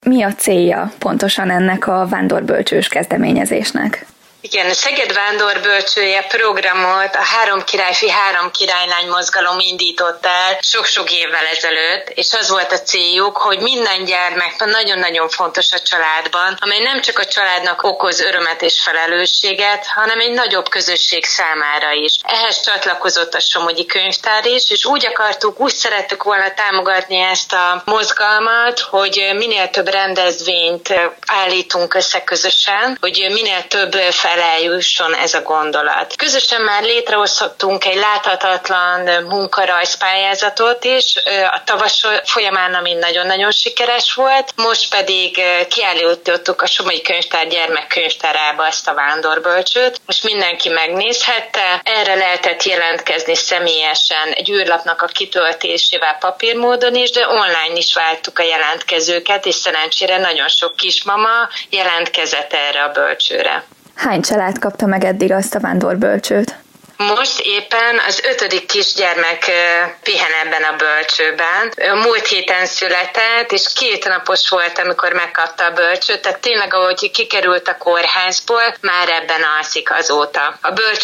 mi a célja pontosan ennek a vándorbölcsős kezdeményezésnek? Igen, a Szeged Vándorbölcsője programot a Három királyfi, három királylány mozgalom indított el sok-sok évvel ezelőtt, és az volt a céljuk, hogy minden gyermek nagyon-nagyon fontos a családban, amely nem csak a családnak okoz örömet és felelősséget, hanem egy nagyobb közösség számára is. Ehhez csatlakozott a Somogyi Könyvtár is, és úgy szerettük volna támogatni ezt a mozgalmat, hogy minél több rendezvényt állítunk össze közösen, hogy minél több eljusson ez a gondolat. Közösen már létrehozhattunk egy láthatatlan munkarajzpályázatot is, a tavasz folyamán, ami nagyon-nagyon sikeres volt, most pedig kiállítottuk a Somogyi Könyvtár gyermekkönyvtárába ezt a vándorbölcsőt. Most mindenki megnézhette, erre lehetett jelentkezni személyesen egy űrlapnak a kitöltésével papírmódon is, de online is vártuk a jelentkezőket, és szerencsére nagyon sok kismama jelentkezett erre a bölcsőre. Hány család kapta meg eddig azt a vándorbölcsőt? Most éppen az 5. kisgyermek pihen ebben a bölcsőben. Múlt héten született, és 2 napos volt, amikor megkapta a bölcsőt, tehát tényleg, ahogy kikerült a kórházból, már ebben alszik azóta.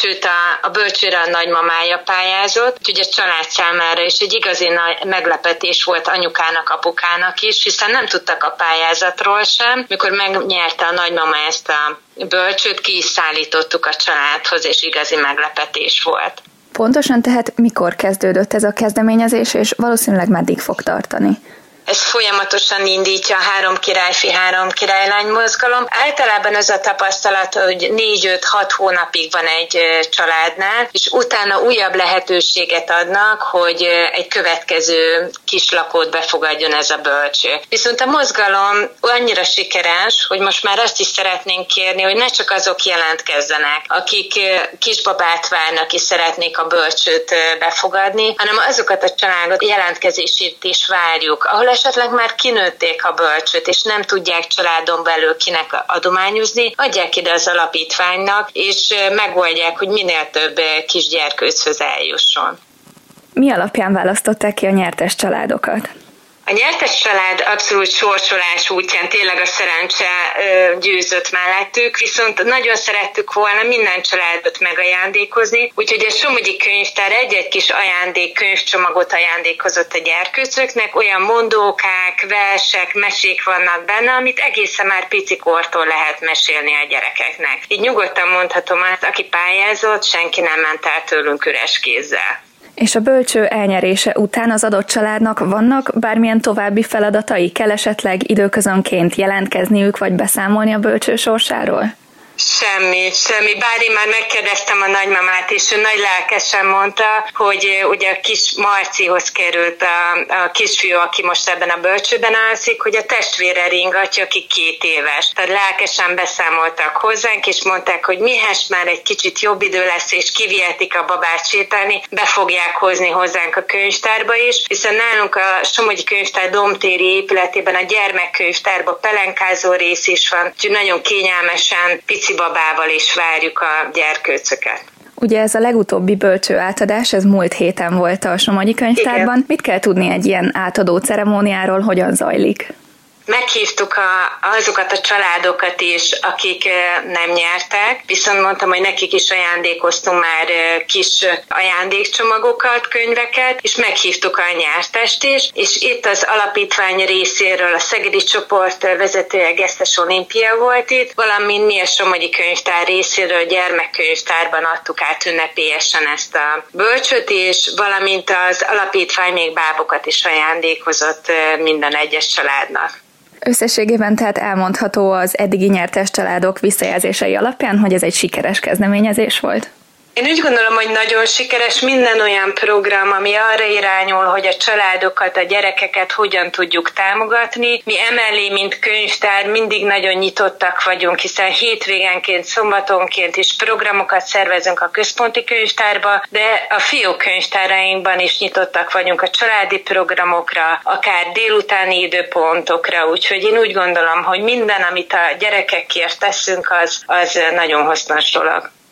A bölcsőre a nagymamája pályázott, úgyhogy a család számára is egy igazi nagy meglepetés volt anyukának, apukának is, hiszen nem tudtak a pályázatról sem. Mikor megnyerte a nagymama ezt a bölcsőt, ki is szállítottuk a családhoz, és igazi meglepetés volt. Pontosan tehát mikor kezdődött ez a kezdeményezés, és valószínűleg meddig fog tartani? Ez folyamatosan indítja a Három királyfi, három királylány mozgalom. Általában az a tapasztalat, hogy 4-5-6 hónapig van egy családnál, és utána újabb lehetőséget adnak, hogy egy következő kislakót befogadjon ez a bölcső. Viszont a mozgalom annyira sikeres, hogy most már azt is szeretnénk kérni, hogy ne csak azok jelentkezzenek, akik kisbabát várnak és szeretnék a bölcsőt befogadni, hanem azokat a családok jelentkezését is várjuk, ahol esetleg már kinőtték a bölcsőt, és nem tudják családon belül kinek adományozni, adják ide az alapítványnak, és megoldják, hogy minél több kisgyerkőchöz eljusson. Mi alapján választották ki a nyertes családokat? A nyertes család abszolút sorsolás útján tényleg a szerencse győzött mellettük, viszont nagyon szerettük volna minden családot megajándékozni, úgyhogy a Somogyi Könyvtár egy-egy kis könyvcsomagot ajándékozott a gyerkőcöknek, olyan mondókák, versek, mesék vannak benne, amit egészen már picikortól lehet mesélni a gyerekeknek. Így nyugodtan mondhatom azt, aki pályázott, senki nem ment el tőlünk üres kézzel. És a bölcső elnyerése után az adott családnak vannak bármilyen további feladatai? Kell esetleg időközönként jelentkezniük, vagy beszámolni a bölcső sorsáról? Semmi. Bár én már megkérdeztem a nagymamát, és ő nagy lelkesen mondta, hogy ugye a kis Marcihoz került a kisfiú, aki most ebben a bölcsőben alszik, hogy a testvére ringatja, aki 2 éves. Tehát lelkesen beszámoltak hozzánk, és mondták, hogy mihez már egy kicsit jobb idő lesz, és kivihetik a babát sétálni, be fogják hozni hozzánk a könyvtárba is, hiszen nálunk a Somogyi Könyvtár domtéri épületében a gyermekkönyvtárban pelenkázó rész is van, úgyhogy nagyon kényelmesen pici babával is várjuk a gyerkőcöket. Ugye ez a legutóbbi bölcső átadás, ez múlt héten volt a Somogyi Könyvtárban. Igen. Mit kell tudni egy ilyen átadó ceremóniáról, hogyan zajlik? Meghívtuk azokat a családokat is, akik nem nyertek, viszont mondtam, hogy nekik is ajándékoztunk már kis ajándékcsomagokat, könyveket, és meghívtuk a nyertest is, és itt az alapítvány részéről a szegedi csoport vezetője Gesztes Olimpia volt itt, valamint mi a Somogyi Könyvtár részéről gyermekkönyvtárban adtuk át ünnepélyesen ezt a bölcsőt, és valamint az alapítvány még bábokat is ajándékozott minden egyes családnak. Összességében tehát elmondható az eddigi nyertes családok visszajelzései alapján, hogy ez egy sikeres kezdeményezés volt? Én úgy gondolom, hogy nagyon sikeres minden olyan program, ami arra irányul, hogy a családokat, a gyerekeket hogyan tudjuk támogatni. Mi emellé, mint könyvtár, mindig nagyon nyitottak vagyunk, hiszen hétvégenként, szombatonként is programokat szervezünk a központi könyvtárba, de a fiókönyvtárainkban is nyitottak vagyunk a családi programokra, akár délutáni időpontokra, úgyhogy én úgy gondolom, hogy minden, amit a gyerekekért teszünk, az nagyon hasznos dolog.